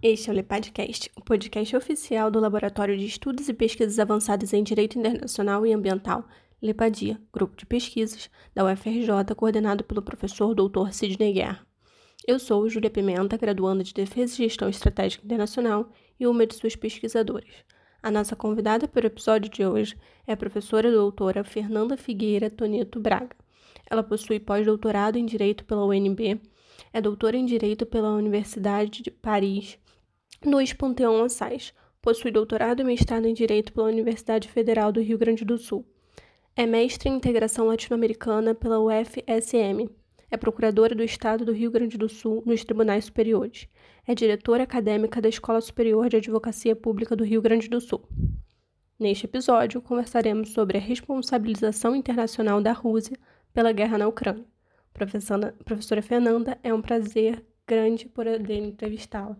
Este é o LEPADcast, o podcast oficial do Laboratório de Estudos e Pesquisas Avançadas em Direito Internacional e Ambiental, LEPADIA, grupo de pesquisas da UFRJ, coordenado pelo professor Dr. Sidney Guerra. Eu sou Júlia Pimenta, graduanda de Defesa e Gestão Estratégica Internacional e uma de suas pesquisadoras. A nossa convidada para o episódio de hoje é a professora doutora Fernanda Figueira Toneto Braga. Ela possui pós-doutorado em Direito pela UNB, é doutora em Direito pela Universidade de Paris, Luiz Panteão Assayas. Possui doutorado e mestrado em Direito pela Universidade Federal do Rio Grande do Sul. É mestre em Integração Latino-Americana pela UFSM. É procuradora do Estado do Rio Grande do Sul nos Tribunais Superiores. É diretora acadêmica da Escola Superior de Advocacia Pública do Rio Grande do Sul. Neste episódio, conversaremos sobre a responsabilização internacional da Rússia pela guerra na Ucrânia. Professora Fernanda, é um prazer grande poder entrevistá-la.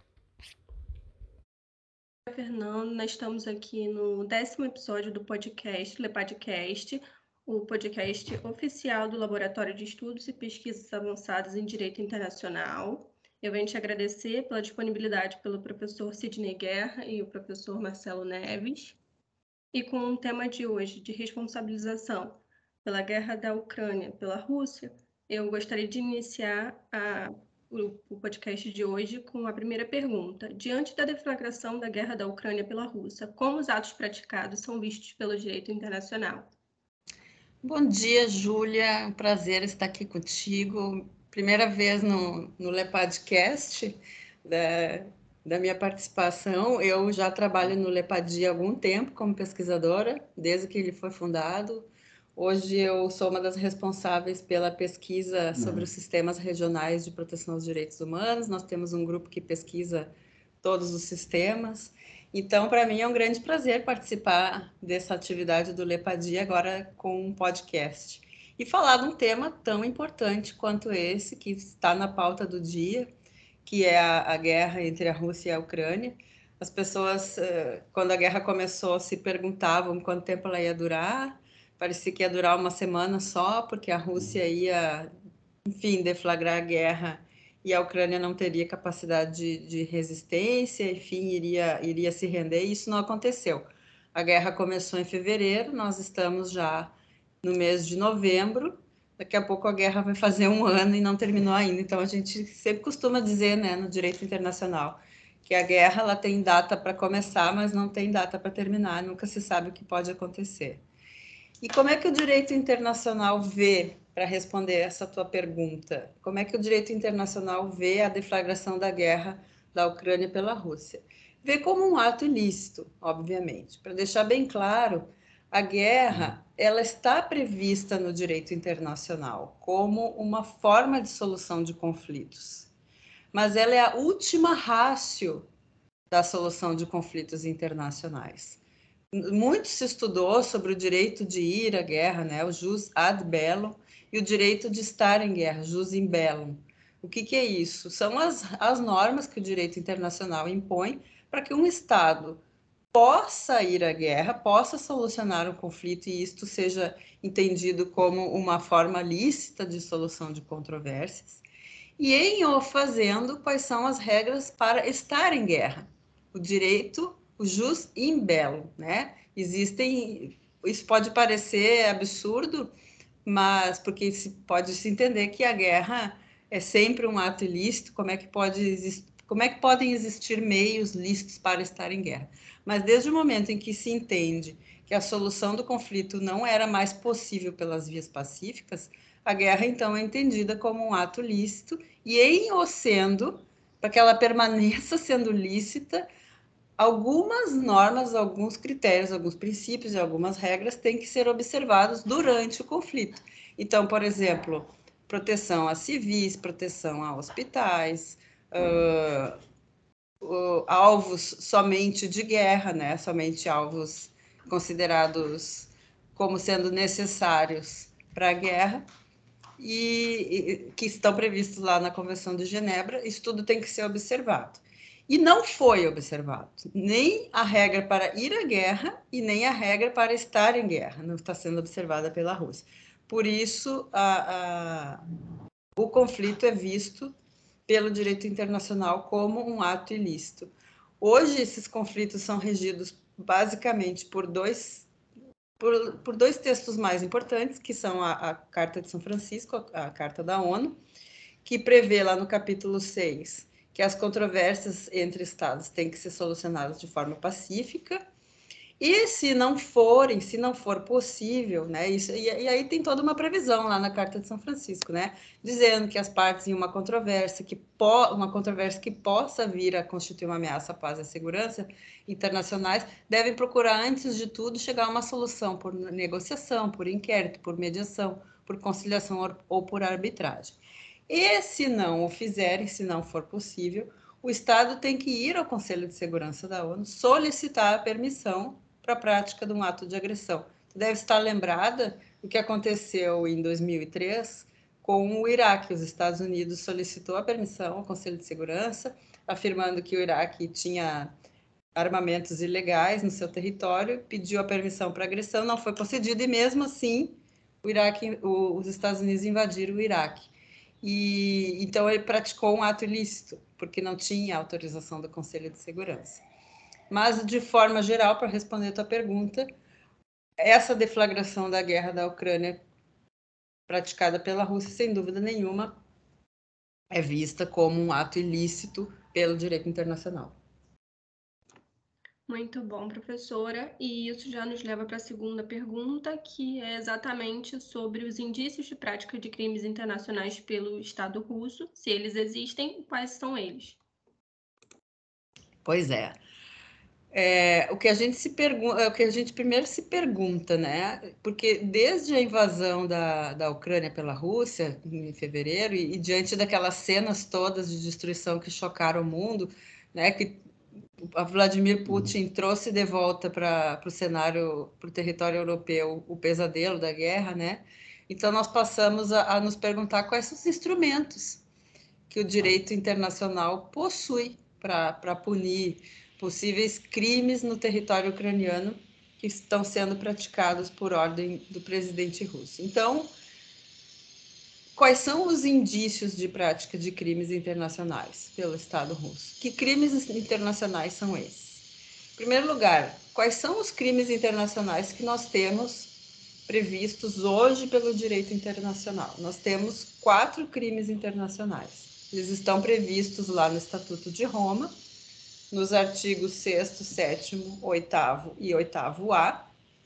Fernanda, nós estamos aqui no 10º episódio do podcast LEPADcast, o podcast oficial do Laboratório de Estudos e Pesquisas Avançadas em Direito Internacional. Eu venho te agradecer pela disponibilidade pelo professor Sidney Guerra e o professor Marcelo Neves. E com o tema de hoje, de responsabilização pela guerra da Ucrânia pela Rússia, eu gostaria de iniciar o podcast de hoje com a primeira pergunta. Diante da deflagração da guerra da Ucrânia pela Rússia, como os atos praticados são vistos pelo direito internacional? Bom dia, Júlia. É um prazer estar aqui contigo. Primeira vez no LEPADcast da minha participação. Eu já trabalho no LEPADIA há algum tempo como pesquisadora, desde que ele foi fundado. Hoje eu sou uma das responsáveis pela pesquisa sobre os sistemas regionais de proteção aos direitos humanos. Nós temos um grupo que pesquisa todos os sistemas. Então, para mim é um grande prazer participar dessa atividade do LEPADIA agora com um podcast e falar de um tema tão importante quanto esse, que está na pauta do dia, que é a guerra entre a Rússia e a Ucrânia. As pessoas, quando a guerra começou, se perguntavam quanto tempo ela ia durar. Parecia que ia durar uma semana só, porque a Rússia ia, enfim, deflagrar a guerra e a Ucrânia não teria capacidade de resistência, enfim, iria se render, e isso não aconteceu. A guerra começou em fevereiro, nós estamos já no mês de novembro, daqui a pouco a guerra vai fazer um ano e não terminou ainda. Então a gente sempre costuma dizer, né, no direito internacional, que a guerra ela tem data para começar, mas não tem data para terminar, nunca se sabe o que pode acontecer. E como é que o direito internacional vê, para responder essa tua pergunta, como é que o direito internacional vê a deflagração da guerra da Ucrânia pela Rússia? Vê como um ato ilícito, obviamente. Para deixar bem claro, a guerra ela está prevista no direito internacional como uma forma de solução de conflitos, mas ela é a última ratio da solução de conflitos internacionais. Muito se estudou sobre o direito de ir à guerra, né, o jus ad bellum, e o direito de estar em guerra, jus in bellum. O que é isso? São as normas que o direito internacional impõe para que um Estado possa ir à guerra, possa solucionar um conflito e isto seja entendido como uma forma lícita de solução de controvérsias. E em o fazendo, quais são as regras para estar em guerra? O direito, o jus in bellum, né? Isso pode parecer absurdo, mas porque pode se entender que a guerra é sempre um ato ilícito, como é que podem existir meios lícitos para estar em guerra? Mas desde o momento em que se entende que a solução do conflito não era mais possível pelas vias pacíficas, a guerra então é entendida como um ato lícito e em o sendo, para que ela permaneça sendo lícita, algumas normas, alguns critérios, alguns princípios e algumas regras têm que ser observados durante o conflito. Então, por exemplo, proteção a civis, proteção a hospitais, alvos somente de guerra, né? Somente alvos considerados como sendo necessários para a guerra e que estão previstos lá na Convenção de Genebra. Isso tudo tem que ser observado. E não foi observado nem a regra para ir à guerra e nem a regra para estar em guerra, não está sendo observada pela Rússia. Por isso, o conflito é visto pelo direito internacional como um ato ilícito. Hoje, esses conflitos são regidos basicamente por dois textos mais importantes, que são a Carta de São Francisco, a Carta da ONU, que prevê lá no capítulo 6 que as controvérsias entre estados têm que ser solucionadas de forma pacífica, e se não for possível, né? E aí tem toda uma previsão lá na Carta de São Francisco, né? Dizendo que as partes em uma controvérsia que possa vir a constituir uma ameaça à paz e à segurança internacionais devem procurar, antes de tudo, chegar a uma solução por negociação, por inquérito, por mediação, por conciliação ou por arbitragem. E se não o fizerem, se não for possível, o Estado tem que ir ao Conselho de Segurança da ONU solicitar a permissão para a prática de um ato de agressão. Tu deve estar lembrada do que aconteceu em 2003 com o Iraque. Os Estados Unidos solicitou a permissão ao Conselho de Segurança, afirmando que o Iraque tinha armamentos ilegais no seu território, pediu a permissão para agressão, não foi concedido, e mesmo assim os Estados Unidos invadiram o Iraque. E então ele praticou um ato ilícito, porque não tinha autorização do Conselho de Segurança. Mas, de forma geral, para responder a tua pergunta, essa deflagração da guerra da Ucrânia praticada pela Rússia, sem dúvida nenhuma, é vista como um ato ilícito pelo direito internacional. Muito bom, professora. E isso já nos leva para a segunda pergunta, que é exatamente sobre os indícios de prática de crimes internacionais pelo Estado russo, se eles existem e quais são eles. Pois é. O que a gente primeiro se pergunta, né? Porque desde a invasão da Ucrânia pela Rússia, em fevereiro, e diante daquelas cenas todas de destruição que chocaram o mundo, né? Que a Vladimir Putin trouxe de volta para o cenário, para o território europeu, o pesadelo da guerra, né? Então, nós passamos a nos perguntar quais são os instrumentos que o direito internacional possui para punir possíveis crimes no território ucraniano que estão sendo praticados por ordem do presidente russo. Então, quais são os indícios de prática de crimes internacionais pelo Estado russo? Que crimes internacionais são esses? Em primeiro lugar, quais são os crimes internacionais que nós temos previstos hoje pelo direito internacional? Nós temos 4 crimes internacionais. Eles estão previstos lá no Estatuto de Roma, nos artigos 6º, 7º, 8º e 8º-A,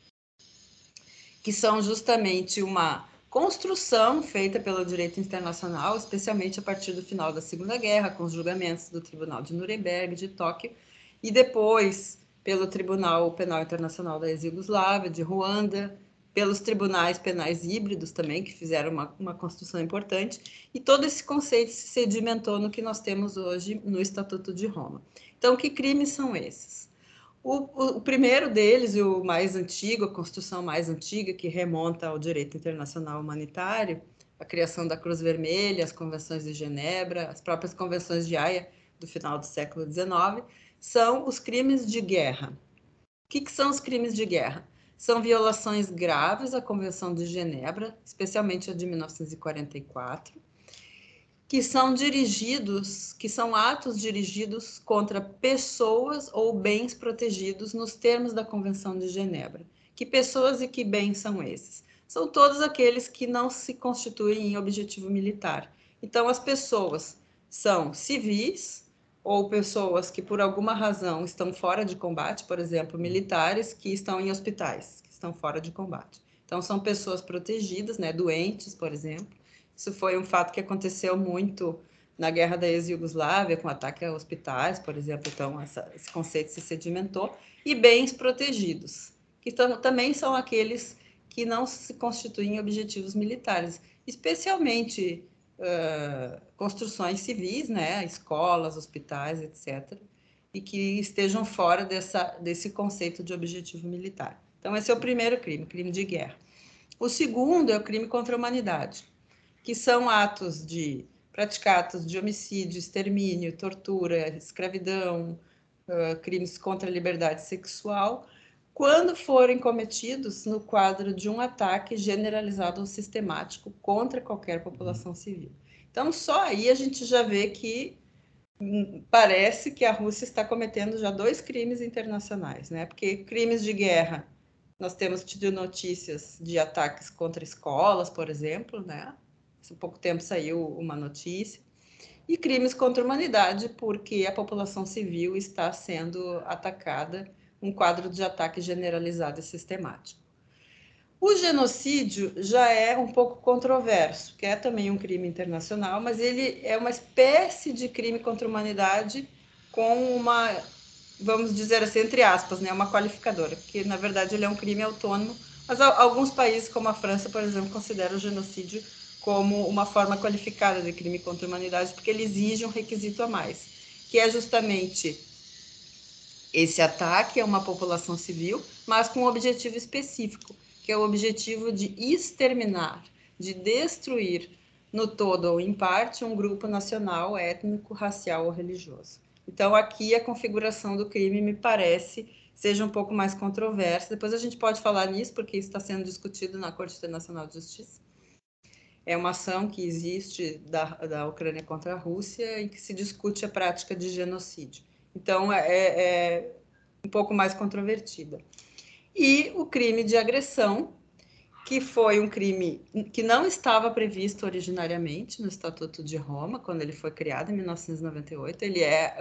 que são justamente uma construção feita pelo direito internacional, especialmente a partir do final da Segunda Guerra, com os julgamentos do Tribunal de Nuremberg, de Tóquio, e depois pelo Tribunal Penal Internacional da Ex-Yugoslávia, de Ruanda, pelos tribunais penais híbridos também, que fizeram uma construção importante, e todo esse conceito se sedimentou no que nós temos hoje no Estatuto de Roma. Então, que crimes são esses? O primeiro deles, e o mais antigo, a construção mais antiga, que remonta ao direito internacional humanitário, a criação da Cruz Vermelha, as convenções de Genebra, as próprias convenções de Haia do final do século XIX, são os crimes de guerra. O que são os crimes de guerra? São violações graves à Convenção de Genebra, especialmente a de 1944, que são atos dirigidos contra pessoas ou bens protegidos nos termos da Convenção de Genebra. Que pessoas e que bens são esses? São todos aqueles que não se constituem em objetivo militar. Então, as pessoas são civis ou pessoas que, por alguma razão, estão fora de combate, por exemplo, militares que estão em hospitais, que estão fora de combate. Então, são pessoas protegidas, né, doentes, por exemplo. Isso foi um fato que aconteceu muito na guerra da ex-Yugoslávia, com ataque a hospitais, por exemplo. Então, esse conceito se sedimentou. E bens protegidos, que também são aqueles que não se constituem em objetivos militares, especialmente construções civis, né, escolas, hospitais, etc., e que estejam fora desse conceito de objetivo militar. Então, esse é o primeiro crime, crime de guerra. O segundo é o crime contra a humanidade, que são atos praticados de homicídio, extermínio, tortura, escravidão, crimes contra a liberdade sexual, quando forem cometidos no quadro de um ataque generalizado ou sistemático contra qualquer população civil. Então, só aí a gente já vê que parece que a Rússia está cometendo já 2 crimes internacionais, né? Porque crimes de guerra, nós temos tido notícias de ataques contra escolas, por exemplo, né? Há pouco tempo saiu uma notícia. E crimes contra a humanidade, porque a população civil está sendo atacada, um quadro de ataque generalizado e sistemático. O genocídio já é um pouco controverso, que é também um crime internacional, mas ele é uma espécie de crime contra a humanidade com uma, vamos dizer assim, entre aspas, né, uma qualificadora, porque na verdade ele é um crime autônomo, mas alguns países, como a França, por exemplo, consideram o genocídio como uma forma qualificada de crime contra a humanidade, porque ele exige um requisito a mais, que é justamente esse ataque a uma população civil, mas com um objetivo específico, que é o objetivo de exterminar, de destruir no todo ou em parte um grupo nacional, étnico, racial ou religioso. Então, aqui a configuração do crime me parece seja um pouco mais controversa. Depois a gente pode falar nisso, porque isso está sendo discutido na Corte Internacional de Justiça. É uma ação que existe da Ucrânia contra a Rússia em que se discute a prática de genocídio. Então, é um pouco mais controvertida. E o crime de agressão, que foi um crime que não estava previsto originariamente no Estatuto de Roma, quando ele foi criado em 1998. Ele é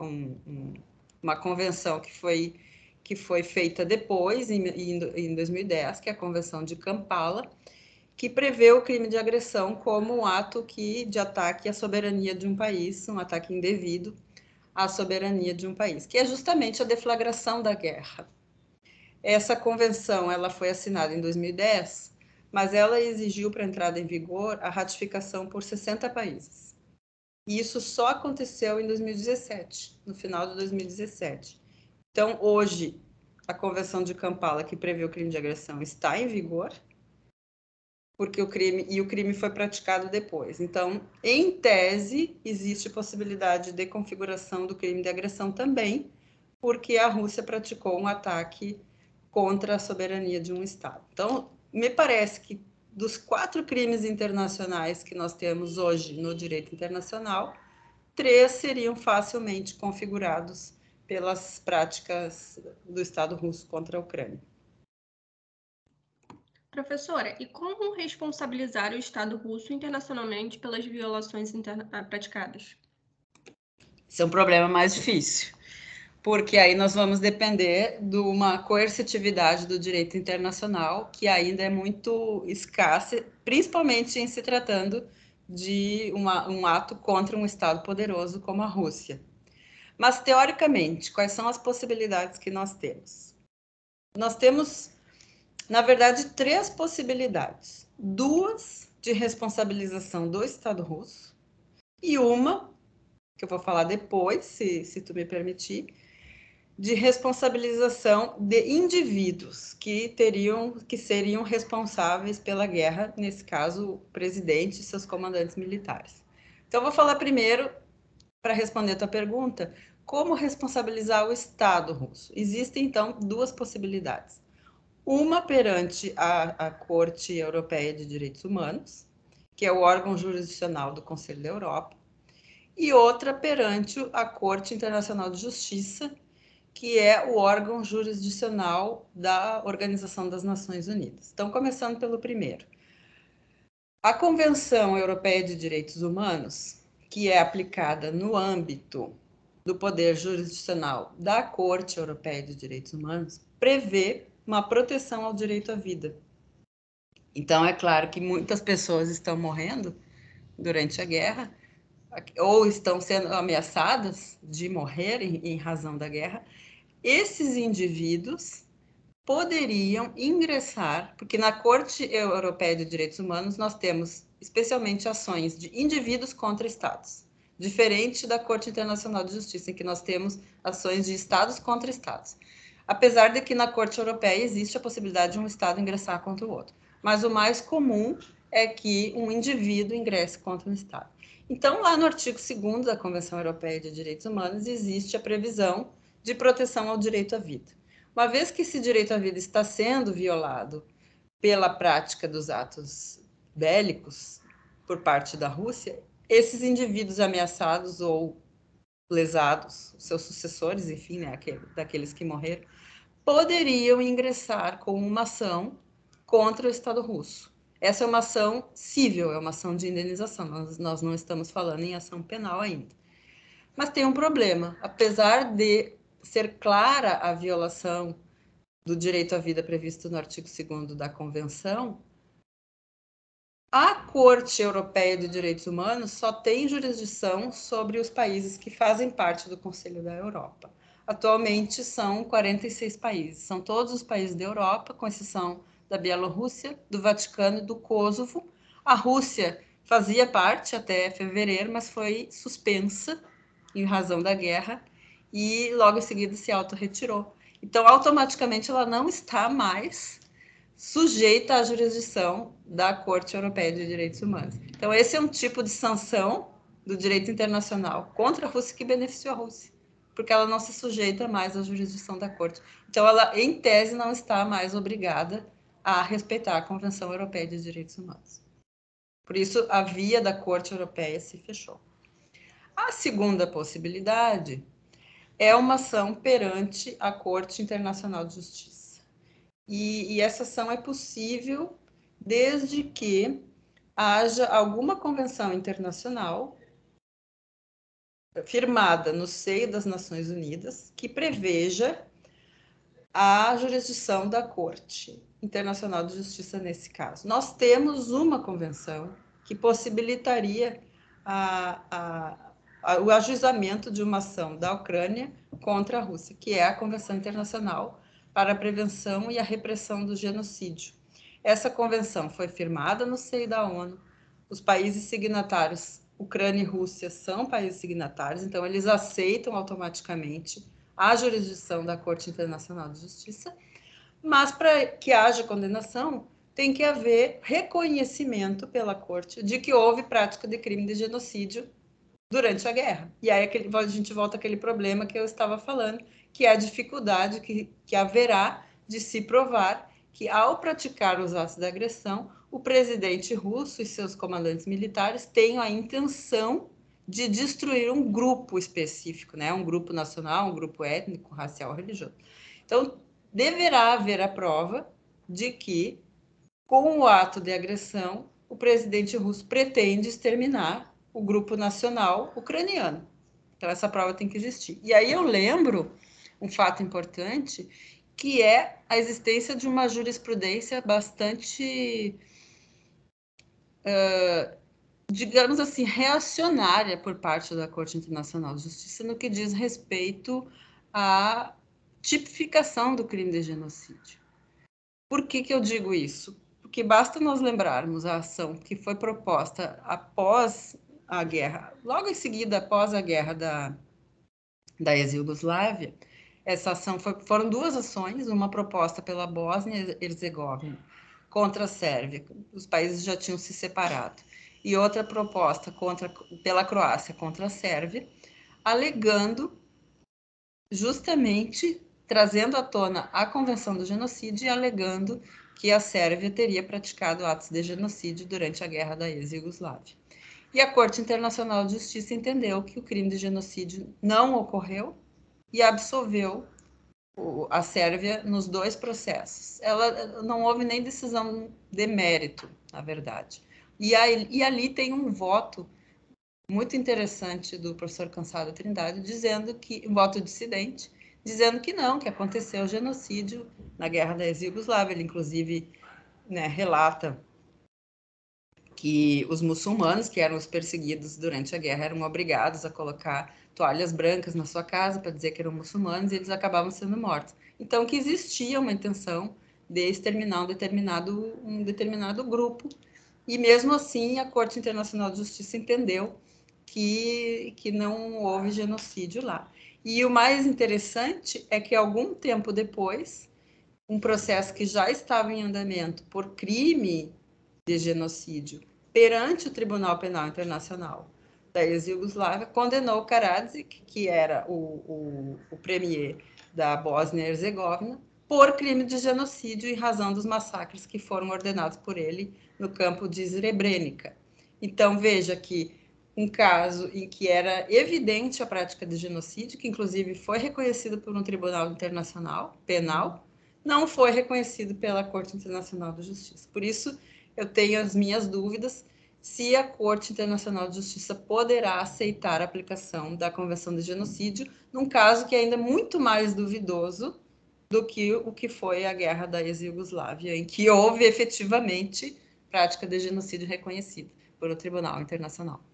uma convenção que foi feita depois, em 2010, que é a Convenção de Kampala, que prevê o crime de agressão como um ato de ataque à soberania de um país, um ataque indevido à soberania de um país, que é justamente a deflagração da guerra. Essa convenção ela foi assinada em 2010, mas ela exigiu para entrada em vigor a ratificação por 60 países. E isso só aconteceu em 2017, no final de 2017. Então, hoje, a Convenção de Kampala, que prevê o crime de agressão, está em vigor, porque o crime foi praticado depois. Então, em tese, existe possibilidade de configuração do crime de agressão também, porque a Rússia praticou um ataque contra a soberania de um Estado. Então, me parece que dos 4 crimes internacionais que nós temos hoje no direito internacional, 3 seriam facilmente configurados pelas práticas do Estado russo contra a Ucrânia. Professora, e como responsabilizar o Estado russo internacionalmente pelas violações praticadas? Esse é um problema mais difícil, porque aí nós vamos depender de uma coercitividade do direito internacional que ainda é muito escassa, principalmente em se tratando de um ato contra um Estado poderoso como a Rússia. Mas, teoricamente, quais são as possibilidades que nós temos? Nós temos, na verdade, 3 possibilidades. 2 de responsabilização do Estado russo e uma, que eu vou falar depois, se tu me permitir, de responsabilização de indivíduos que seriam responsáveis pela guerra, nesse caso, o presidente e seus comandantes militares. Então, eu vou falar primeiro, para responder a tua pergunta, como responsabilizar o Estado russo. Existem, então, 2 possibilidades. Uma perante a Corte Europeia de Direitos Humanos, que é o órgão jurisdicional do Conselho da Europa, e outra perante a Corte Internacional de Justiça, que é o órgão jurisdicional da Organização das Nações Unidas. Então, começando pelo primeiro. A Convenção Europeia de Direitos Humanos, que é aplicada no âmbito do poder jurisdicional da Corte Europeia de Direitos Humanos, prevê uma proteção ao direito à vida. Então, é claro que muitas pessoas estão morrendo durante a guerra, ou estão sendo ameaçadas de morrer em razão da guerra. Esses indivíduos poderiam ingressar, porque na Corte Europeia de Direitos Humanos nós temos especialmente ações de indivíduos contra estados, diferente da Corte Internacional de Justiça, em que nós temos ações de estados contra estados. Apesar de que na Corte Europeia existe a possibilidade de um estado ingressar contra o outro, mas o mais comum é que um indivíduo ingresse contra um estado. Então, lá no artigo 2º da Convenção Europeia de Direitos Humanos existe a previsão de proteção ao direito à vida. Uma vez que esse direito à vida está sendo violado pela prática dos atos bélicos por parte da Rússia, esses indivíduos ameaçados ou lesados, seus sucessores, enfim, né, daqueles que morreram, poderiam ingressar com uma ação contra o Estado russo. Essa é uma ação civil, é uma ação de indenização, nós não estamos falando em ação penal ainda. Mas tem um problema, apesar de ser clara a violação do direito à vida previsto no artigo 2º da Convenção, a Corte Europeia de Direitos Humanos só tem jurisdição sobre os países que fazem parte do Conselho da Europa. Atualmente são 46 países, são todos os países da Europa, com exceção da Bielorrússia, do Vaticano e do Kosovo. A Rússia fazia parte até fevereiro, mas foi suspensa em razão da guerra e logo em seguida se auto-retirou. Então, automaticamente, ela não está mais sujeita à jurisdição da Corte Europeia de Direitos Humanos. Então, esse é um tipo de sanção do direito internacional contra a Rússia que beneficiou a Rússia, porque ela não se sujeita mais à jurisdição da Corte. Então, ela, em tese, não está mais obrigada a respeitar a Convenção Europeia de Direitos Humanos. Por isso, a via da Corte Europeia se fechou. A segunda possibilidade é uma ação perante a Corte Internacional de Justiça. E essa ação é possível desde que haja alguma convenção internacional firmada no seio das Nações Unidas que preveja a jurisdição da Corte Internacional de Justiça nesse caso. Nós temos uma convenção que possibilitaria o ajuizamento de uma ação da Ucrânia contra a Rússia, que é a Convenção Internacional para a Prevenção e a Repressão do Genocídio. Essa convenção foi firmada no seio da ONU. Os países signatários, Ucrânia e Rússia, são países signatários, então eles aceitam automaticamente a jurisdição da Corte Internacional de Justiça, mas para que haja condenação, tem que haver reconhecimento pela Corte de que houve prática de crime de genocídio durante a guerra. E aí a gente volta àquele problema que eu estava falando, que é a dificuldade que haverá de se provar que, ao praticar os atos de agressão, o presidente russo e seus comandantes militares tenham a intenção de destruir um grupo específico, né? Um grupo nacional, um grupo étnico, racial, religioso. Então, deverá haver a prova de que, com o ato de agressão, o presidente russo pretende exterminar o grupo nacional ucraniano. Então, essa prova tem que existir. E aí eu lembro um fato importante, que é a existência de uma jurisprudência bastante, digamos assim, reacionária por parte da Corte Internacional de Justiça no que diz respeito à tipificação do crime de genocídio. Por que eu digo isso? Porque basta nós lembrarmos a ação que foi proposta após a guerra, logo em seguida, após a guerra da ex-Yugoslávia. Essa ação foram duas ações, uma proposta pela Bósnia e Herzegovina contra a Sérvia, os países já tinham se separado, e outra proposta pela Croácia contra a Sérvia, alegando justamente, trazendo à tona a Convenção do Genocídio e alegando que a Sérvia teria praticado atos de genocídio durante a guerra da ex-Yugoslávia. E a Corte Internacional de Justiça entendeu que o crime de genocídio não ocorreu e absolveu a Sérvia nos dois processos. Ela não houve nem decisão de mérito, na verdade. E ali tem um voto muito interessante do professor Cansado Trindade, dizendo que, um voto dissidente, dizendo que não, que aconteceu genocídio na guerra da ex-Yugoslávia. Ele, inclusive, né, relata que os muçulmanos, que eram os perseguidos durante a guerra, eram obrigados a colocar toalhas brancas na sua casa para dizer que eram muçulmanos, e eles acabavam sendo mortos. Então, que existia uma intenção de exterminar um determinado grupo, e mesmo assim a Corte Internacional de Justiça entendeu que não houve genocídio lá. E o mais interessante é que, algum tempo depois, um processo que já estava em andamento por crime de genocídio perante o Tribunal Penal Internacional da ex-Yugoslávia, condenou Karadzic, que era o premier da Bósnia e Herzegovina, por crime de genocídio em razão dos massacres que foram ordenados por ele no campo de Srebrenica. Então, veja que um caso em que era evidente a prática de genocídio, que inclusive foi reconhecido por um tribunal internacional penal, não foi reconhecido pela Corte Internacional de Justiça. Por isso, eu tenho as minhas dúvidas se a Corte Internacional de Justiça poderá aceitar a aplicação da Convenção de Genocídio, num caso que é ainda muito mais duvidoso do que o que foi a Guerra da ex-Iugoslávia, em que houve efetivamente prática de genocídio reconhecida por um tribunal internacional.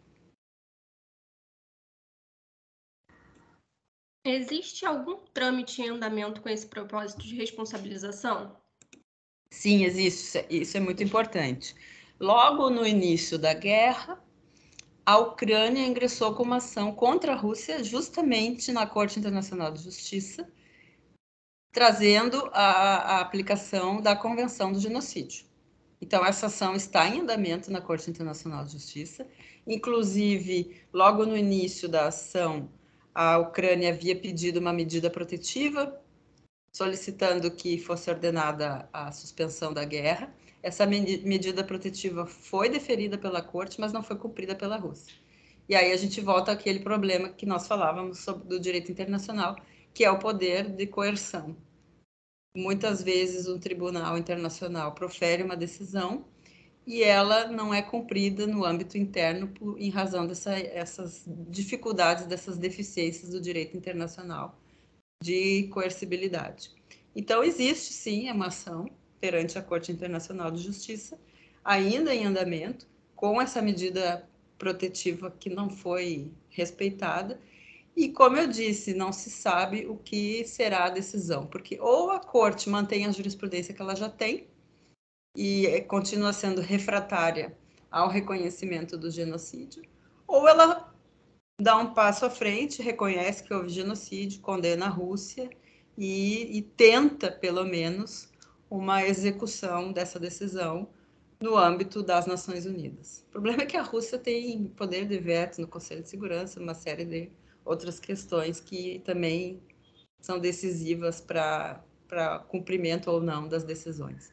Existe algum trâmite em andamento com esse propósito de responsabilização? Sim, existe. Isso é muito importante. Logo no início da guerra, a Ucrânia ingressou com uma ação contra a Rússia, justamente na Corte Internacional de Justiça, trazendo a aplicação da Convenção do Genocídio. Então, essa ação está em andamento na Corte Internacional de Justiça. Inclusive, logo no início da ação, a Ucrânia havia pedido uma medida protetiva, solicitando que fosse ordenada a suspensão da guerra. Essa medida protetiva foi deferida pela Corte, mas não foi cumprida pela Rússia. E aí a gente volta àquele problema que nós falávamos sobre, do direito internacional, que é o poder de coerção. Muitas vezes um tribunal internacional profere uma decisão e ela não é cumprida no âmbito interno em razão dessas dificuldades, dessas deficiências do direito internacional de coercibilidade. Então, existe sim uma ação perante a Corte Internacional de Justiça, ainda em andamento, com essa medida protetiva que não foi respeitada. E, como eu disse, não se sabe o que será a decisão, porque ou a Corte mantém a jurisprudência que ela já tem e continua sendo refratária ao reconhecimento do genocídio, ou ela dá um passo à frente, reconhece que houve genocídio, condena a Rússia e tenta, pelo menos, uma execução dessa decisão no âmbito das Nações Unidas. O problema é que a Rússia tem poder de veto no Conselho de Segurança, uma série de outras questões que também são decisivas para cumprimento ou não das decisões.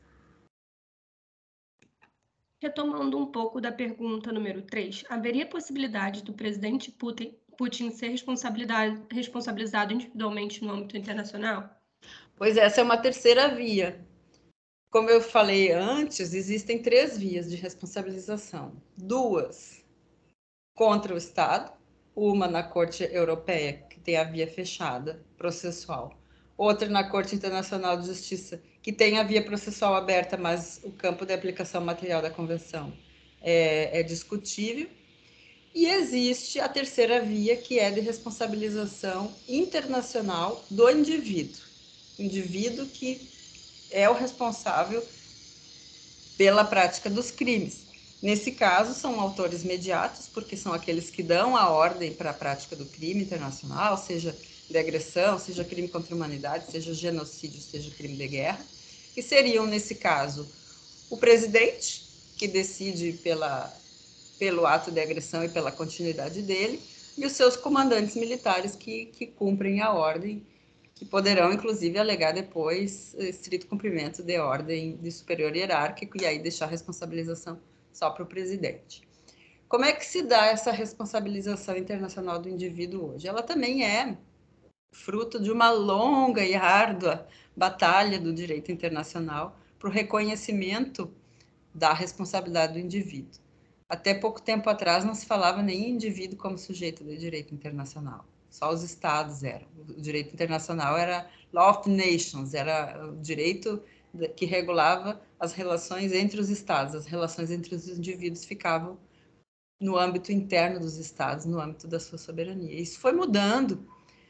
Retomando um pouco da pergunta número 3, haveria possibilidade do presidente Putin ser responsabilizado individualmente no âmbito internacional? Pois essa é uma terceira via. Como eu falei antes, existem 3 vias de responsabilização. 2 contra o Estado, uma na Corte Europeia, que tem a via fechada, processual. Outra na Corte Internacional de Justiça, que tem a via processual aberta, mas o campo de aplicação material da Convenção é discutível. E existe a terceira via, que é de responsabilização internacional do indivíduo. O indivíduo que é o responsável pela prática dos crimes. Nesse caso, são autores imediatos, porque são aqueles que dão a ordem para a prática do crime internacional, seja de agressão, seja crime contra a humanidade, seja genocídio, seja crime de guerra, que seriam, nesse caso, o presidente, que decide pelo ato de agressão e pela continuidade dele, e os seus comandantes militares que cumprem a ordem, que poderão, inclusive, alegar depois estrito cumprimento de ordem de superior hierárquico e aí deixar a responsabilização só para o presidente. Como é que se dá essa responsabilização internacional do indivíduo hoje? Ela também é fruto de uma longa e árdua batalha do direito internacional para o reconhecimento da responsabilidade do indivíduo. Até pouco tempo atrás não se falava nem em indivíduo como sujeito de direito internacional. Só os estados eram. O direito internacional era law of nations, era o direito que regulava as relações entre os estados. As relações entre os indivíduos ficavam no âmbito interno dos estados, no âmbito da sua soberania. Isso foi mudando.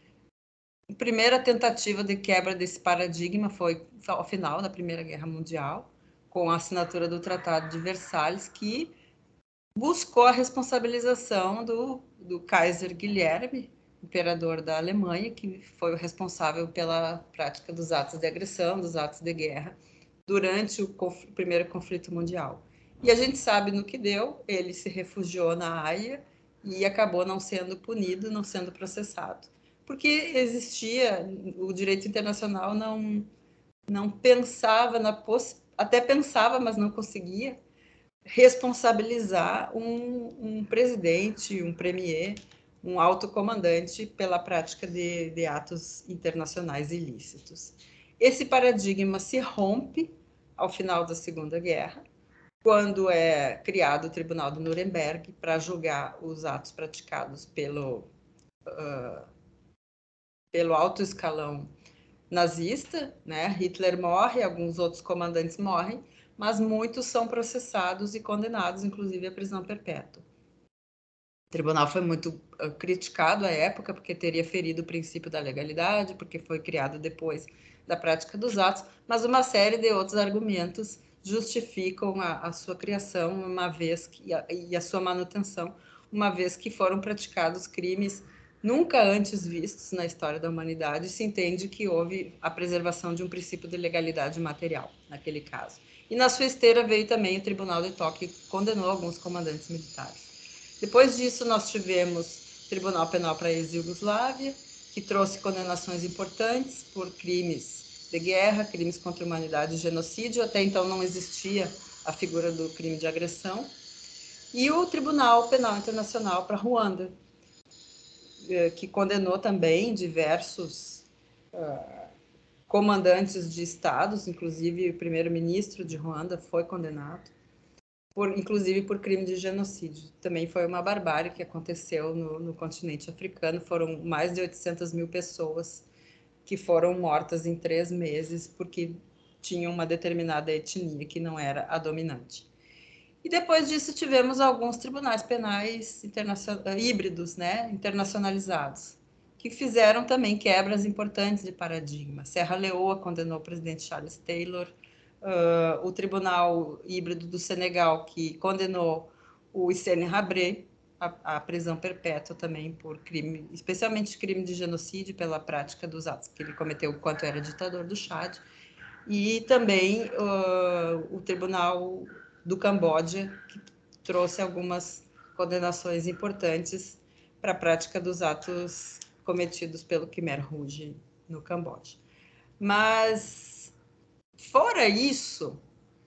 A primeira tentativa de quebra desse paradigma foi ao final da Primeira Guerra Mundial, com a assinatura do Tratado de Versalhes, que buscou a responsabilização do Kaiser Guilherme, imperador da Alemanha, que foi o responsável pela prática dos atos de agressão, dos atos de guerra, durante o primeiro conflito mundial. E a gente sabe no que deu, ele se refugiou na Haia e acabou não sendo punido, não sendo processado. Porque existia, o direito internacional não pensava até pensava, mas não conseguia responsabilizar um presidente, um premier, um alto comandante pela prática de atos internacionais ilícitos. Esse paradigma se rompe ao final da Segunda Guerra, quando é criado o Tribunal de Nuremberg para julgar os atos praticados pelo alto escalão nazista, né? Hitler morre, alguns outros comandantes morrem, mas muitos são processados e condenados, inclusive à prisão perpétua. O tribunal foi muito criticado à época, porque teria ferido o princípio da legalidade, porque foi criado depois da prática dos atos, mas uma série de outros argumentos justificam a sua criação, uma vez que, e a sua manutenção, uma vez que foram praticados crimes nunca antes vistos na história da humanidade. Se entende que houve a preservação de um princípio de legalidade material, naquele caso. E na sua esteira veio também o Tribunal de Tóquio, que condenou alguns comandantes militares. Depois disso, nós tivemos o Tribunal Penal para a ex-Yugoslávia, que trouxe condenações importantes por crimes de guerra, crimes contra a humanidade e genocídio. Até então não existia a figura do crime de agressão. E o Tribunal Penal Internacional para Ruanda, que condenou também diversos comandantes de estados, inclusive o primeiro-ministro de Ruanda foi condenado, inclusive por crime de genocídio. Também foi uma barbárie que aconteceu no continente africano. Foram mais de 800 mil pessoas que foram mortas em 3 meses porque tinham uma determinada etnia que não era a dominante. E depois disso tivemos alguns tribunais penais híbridos, né, internacionalizados, que fizeram também quebras importantes de paradigma. Serra Leoa condenou o presidente Charles Taylor, o Tribunal Híbrido do Senegal, que condenou o Hissène Habré à prisão perpétua também por crime, especialmente crime de genocídio, pela prática dos atos que ele cometeu enquanto era ditador do Chad. E também o Tribunal do Camboja, que trouxe algumas condenações importantes para a prática dos atos cometidos pelo Khmer Rouge no Camboja. Mas, fora isso,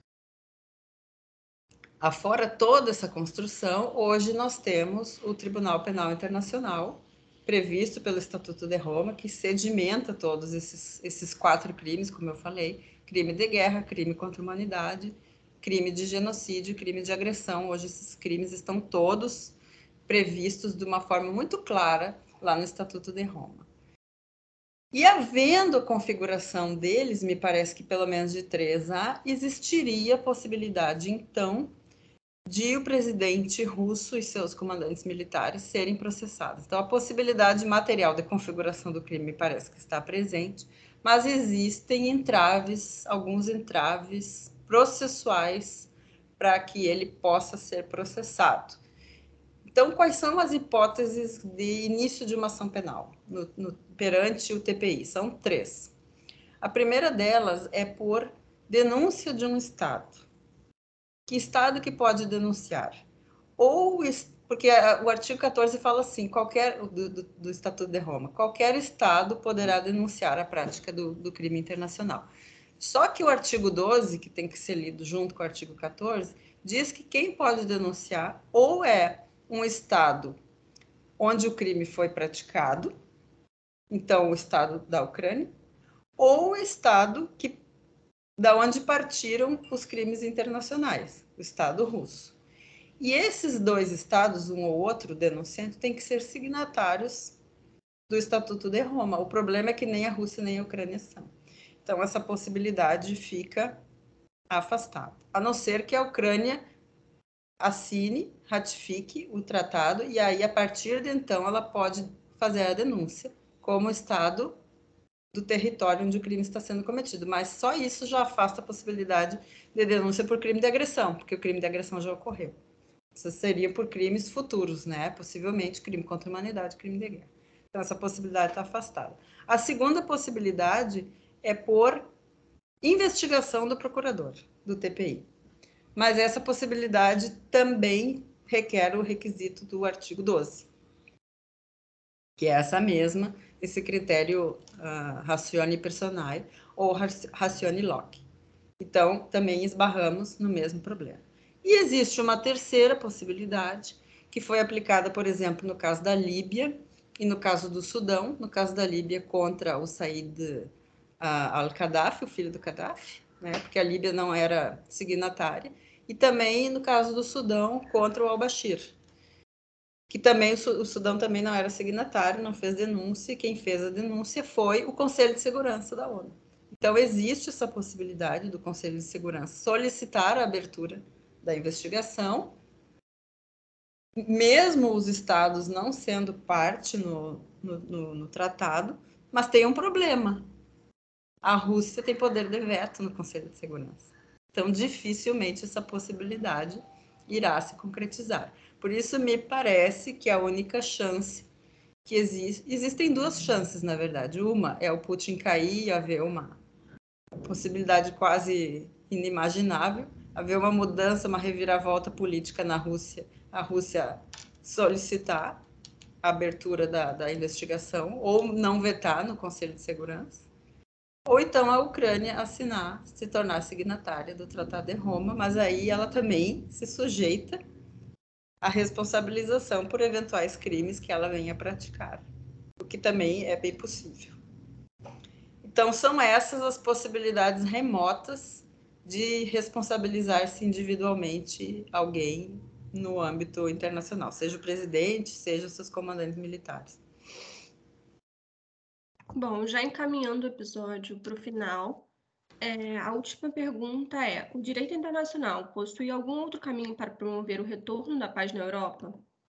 afora toda essa construção, hoje nós temos o Tribunal Penal Internacional, previsto pelo Estatuto de Roma, que sedimenta todos esses 4 crimes, como eu falei: crime de guerra, crime contra a humanidade, crime de genocídio, crime de agressão. Hoje esses crimes estão todos previstos de uma forma muito clara lá no Estatuto de Roma. E havendo a configuração deles, me parece que pelo menos de 3A, existiria a possibilidade, então, de o presidente russo e seus comandantes militares serem processados. Então, a possibilidade material de configuração do crime me parece que está presente, mas existem entraves, alguns entraves processuais para que ele possa ser processado. Então, quais são as hipóteses de início de uma ação penal perante o TPI? São 3. A primeira delas é por denúncia de um Estado. Que Estado que pode denunciar? Ou, porque o artigo 14 fala assim, do Estatuto de Roma, qualquer Estado poderá denunciar a prática do crime internacional. Só que o artigo 12, que tem que ser lido junto com o artigo 14, diz que quem pode denunciar ou é um Estado onde o crime foi praticado, então o Estado da Ucrânia, ou o Estado da onde partiram os crimes internacionais, o Estado russo. E esses 2 estados, um ou outro denunciante, têm que ser signatários do Estatuto de Roma. O problema é que nem a Rússia nem a Ucrânia são. Então, essa possibilidade fica afastada, a não ser que a Ucrânia assine, ratifique o tratado, e aí, a partir de então, ela pode fazer a denúncia como Estado do território onde o crime está sendo cometido. Mas só isso já afasta a possibilidade de denúncia por crime de agressão, porque o crime de agressão já ocorreu. Isso seria por crimes futuros, né? Possivelmente crime contra a humanidade, crime de guerra. Então, essa possibilidade está afastada. A segunda possibilidade é por investigação do procurador, do TPI. Mas essa possibilidade também requer o requisito do artigo 12, que é essa mesma, esse critério ratione personae ou ratione loci. Então, também esbarramos no mesmo problema. E existe uma terceira possibilidade, que foi aplicada, por exemplo, no caso da Líbia e no caso do Sudão, no caso da Líbia contra o Said al-Gaddafi, o filho do Gaddafi, né, porque a Líbia não era signatária, e também no caso do Sudão contra o al-Bashir, que também o Sudão também não era signatário, não fez denúncia, e quem fez a denúncia foi o Conselho de Segurança da ONU. Então, existe essa possibilidade do Conselho de Segurança solicitar a abertura da investigação, mesmo os estados não sendo parte no tratado, mas tem um problema. A Rússia tem poder de veto no Conselho de Segurança. Então, dificilmente essa possibilidade irá se concretizar. Por isso, me parece que a única chance que existem duas chances, na verdade. Uma é o Putin cair e haver uma possibilidade quase inimaginável, haver uma mudança, uma reviravolta política na Rússia, a Rússia solicitar a abertura da investigação ou não vetar no Conselho de Segurança, ou então a Ucrânia assinar, se tornar signatária do Tratado de Roma, mas aí ela também se sujeita à responsabilização por eventuais crimes que ela venha praticar, o que também é bem possível. Então, são essas as possibilidades remotas de responsabilizar-se individualmente alguém no âmbito internacional, seja o presidente, seja os seus comandantes militares. Bom, já encaminhando o episódio para o final, a última pergunta é: o direito internacional possui algum outro caminho para promover o retorno da paz na Europa?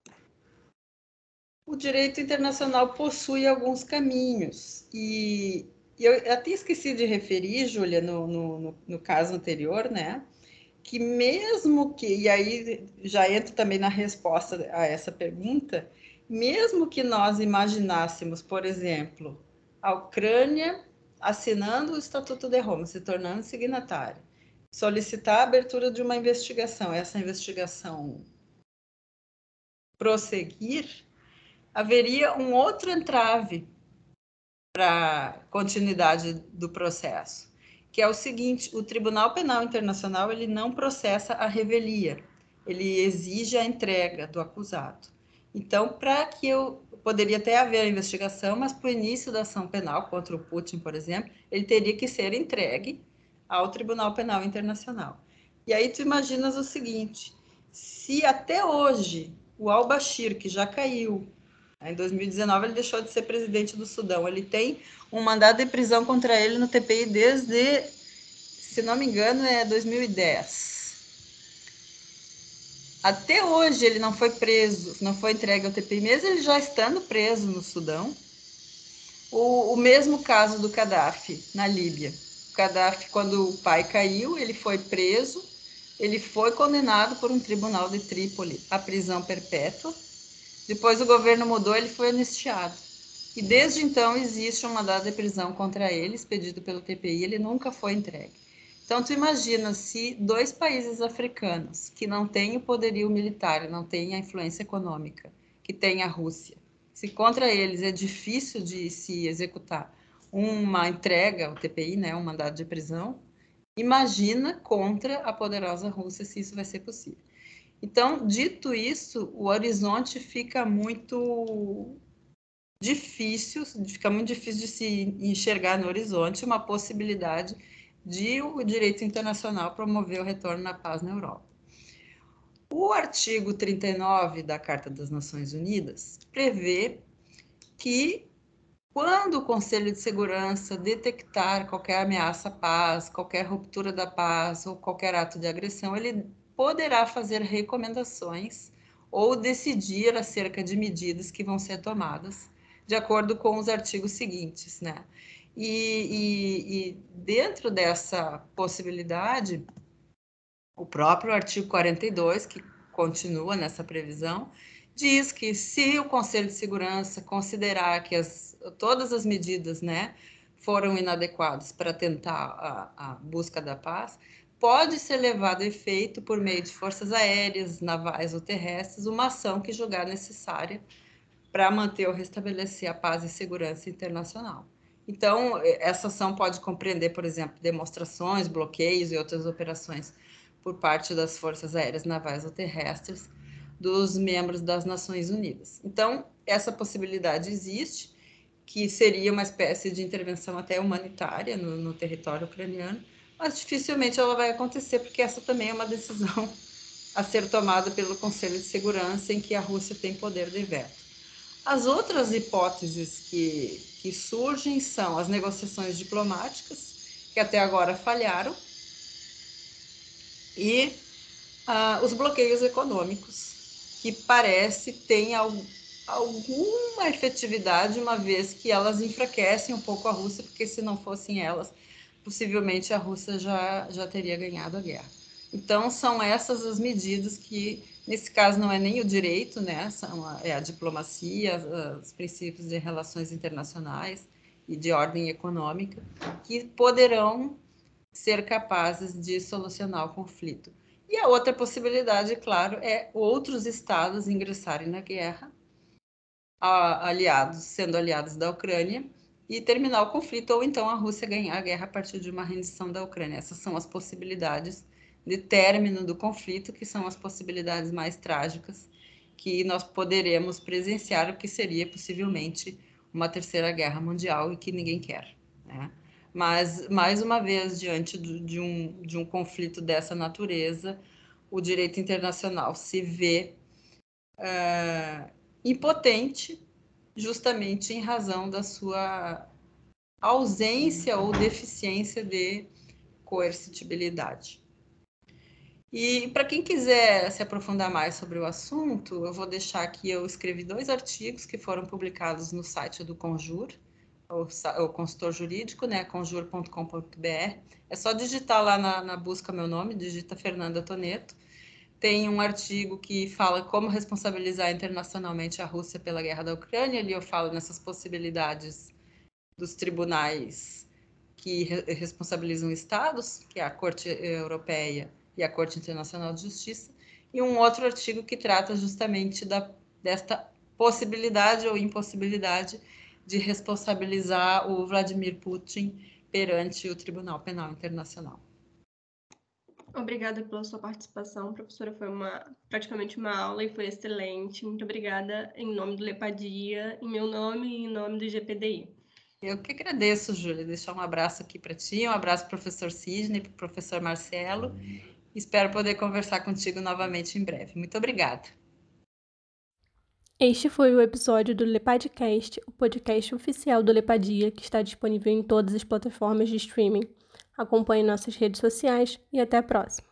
O direito internacional possui alguns caminhos, e eu até esqueci de referir, Júlia, no caso anterior, né? Que mesmo que, e aí já entro também na resposta a essa pergunta, mesmo que nós imaginássemos, por exemplo, a Ucrânia assinando o Estatuto de Roma, se tornando signatária, solicitar a abertura de uma investigação, essa investigação prosseguir, haveria um outro entrave para a continuidade do processo, que é o seguinte: o Tribunal Penal Internacional ele não processa a revelia, ele exige a entrega do acusado. Então, para que eu poderia até haver a investigação, mas para o início da ação penal contra o Putin, por exemplo, ele teria que ser entregue ao Tribunal Penal Internacional. E aí tu imaginas o seguinte: se até hoje o al-Bashir, que já caiu, em 2019 ele deixou de ser presidente do Sudão, ele tem um mandado de prisão contra ele no TPI desde, se não me engano, é 2010. Até hoje ele não foi preso, não foi entregue ao TPI, mesmo ele já estando preso no Sudão. O mesmo caso do Gaddafi, na Líbia. O Gaddafi, quando o pai caiu, ele foi preso, ele foi condenado por um tribunal de Trípoli à prisão perpétua. Depois o governo mudou, ele foi anistiado. E desde então existe um mandado de prisão contra ele, expedido pelo TPI, ele nunca foi entregue. Então, tu imagina se dois países africanos que não têm o poderio militar, não têm a influência econômica, que tem a Rússia, se contra eles é difícil de se executar uma entrega ao TPI, né, um mandado de prisão, imagina contra a poderosa Rússia se isso vai ser possível. Então, dito isso, o horizonte fica muito difícil de se enxergar no horizonte uma possibilidade de o direito internacional promover o retorno da paz na Europa. O artigo 39 da Carta das Nações Unidas prevê que, quando o Conselho de Segurança detectar qualquer ameaça à paz, qualquer ruptura da paz ou qualquer ato de agressão, ele poderá fazer recomendações ou decidir acerca de medidas que vão ser tomadas de acordo com os artigos seguintes, né? E dentro dessa possibilidade, o próprio artigo 42, que continua nessa previsão, diz que se o Conselho de Segurança considerar que todas as medidas, né, foram inadequadas para tentar a busca da paz, pode ser levado a efeito, por meio de forças aéreas, navais ou terrestres, uma ação que julgar necessária para manter ou restabelecer a paz e segurança internacional. Então, essa ação pode compreender, por exemplo, demonstrações, bloqueios e outras operações por parte das Forças Aéreas, Navais ou Terrestres dos membros das Nações Unidas. Então, essa possibilidade existe, que seria uma espécie de intervenção até humanitária no território ucraniano, mas dificilmente ela vai acontecer, porque essa também é uma decisão a ser tomada pelo Conselho de Segurança, em que a Rússia tem poder de veto. As outras hipóteses que surgem são as negociações diplomáticas, que até agora falharam, e os bloqueios econômicos, que parece ter alguma efetividade, uma vez que elas enfraquecem um pouco a Rússia, porque se não fossem elas, possivelmente a Rússia já teria ganhado a guerra. Então, são essas as medidas que, nesse caso, não é nem o direito, né? É a diplomacia, os princípios de relações internacionais e de ordem econômica, que poderão ser capazes de solucionar o conflito. E a outra possibilidade, claro, é outros estados ingressarem na guerra, sendo aliados da Ucrânia, e terminar o conflito, ou então a Rússia ganhar a guerra a partir de uma rendição da Ucrânia. Essas são as possibilidades de término do conflito, que são as possibilidades mais trágicas que nós poderemos presenciar, o que seria possivelmente uma terceira guerra mundial e que ninguém quer, né? Mas, mais uma vez, diante de um conflito dessa natureza, o direito internacional se vê impotente, justamente em razão da sua ausência ou deficiência de coercitibilidade. E para quem quiser se aprofundar mais sobre o assunto, eu vou deixar aqui, eu escrevi 2 artigos que foram publicados no site do Conjur, o consultor jurídico, né, conjur.com.br. É só digitar lá na busca meu nome, digita Fernanda Toneto. Tem um artigo que fala como responsabilizar internacionalmente a Rússia pela guerra da Ucrânia. Ali eu falo nessas possibilidades dos tribunais que responsabilizam estados, que é a Corte Europeia e a Corte Internacional de Justiça, e um outro artigo que trata justamente desta possibilidade ou impossibilidade de responsabilizar o Vladimir Putin perante o Tribunal Penal Internacional. Obrigada pela sua participação, professora. Foi praticamente uma aula e foi excelente. Muito obrigada em nome do Lepadia, em meu nome e em nome do GPDI. Eu que agradeço, Júlia. Deixar um abraço aqui para ti, um abraço para o professor Sidney, para o professor Marcelo. Espero poder conversar contigo novamente em breve. Muito obrigada. Este foi o episódio do Lepadcast, o podcast oficial do Lepadia, que está disponível em todas as plataformas de streaming. Acompanhe nossas redes sociais e até a próxima.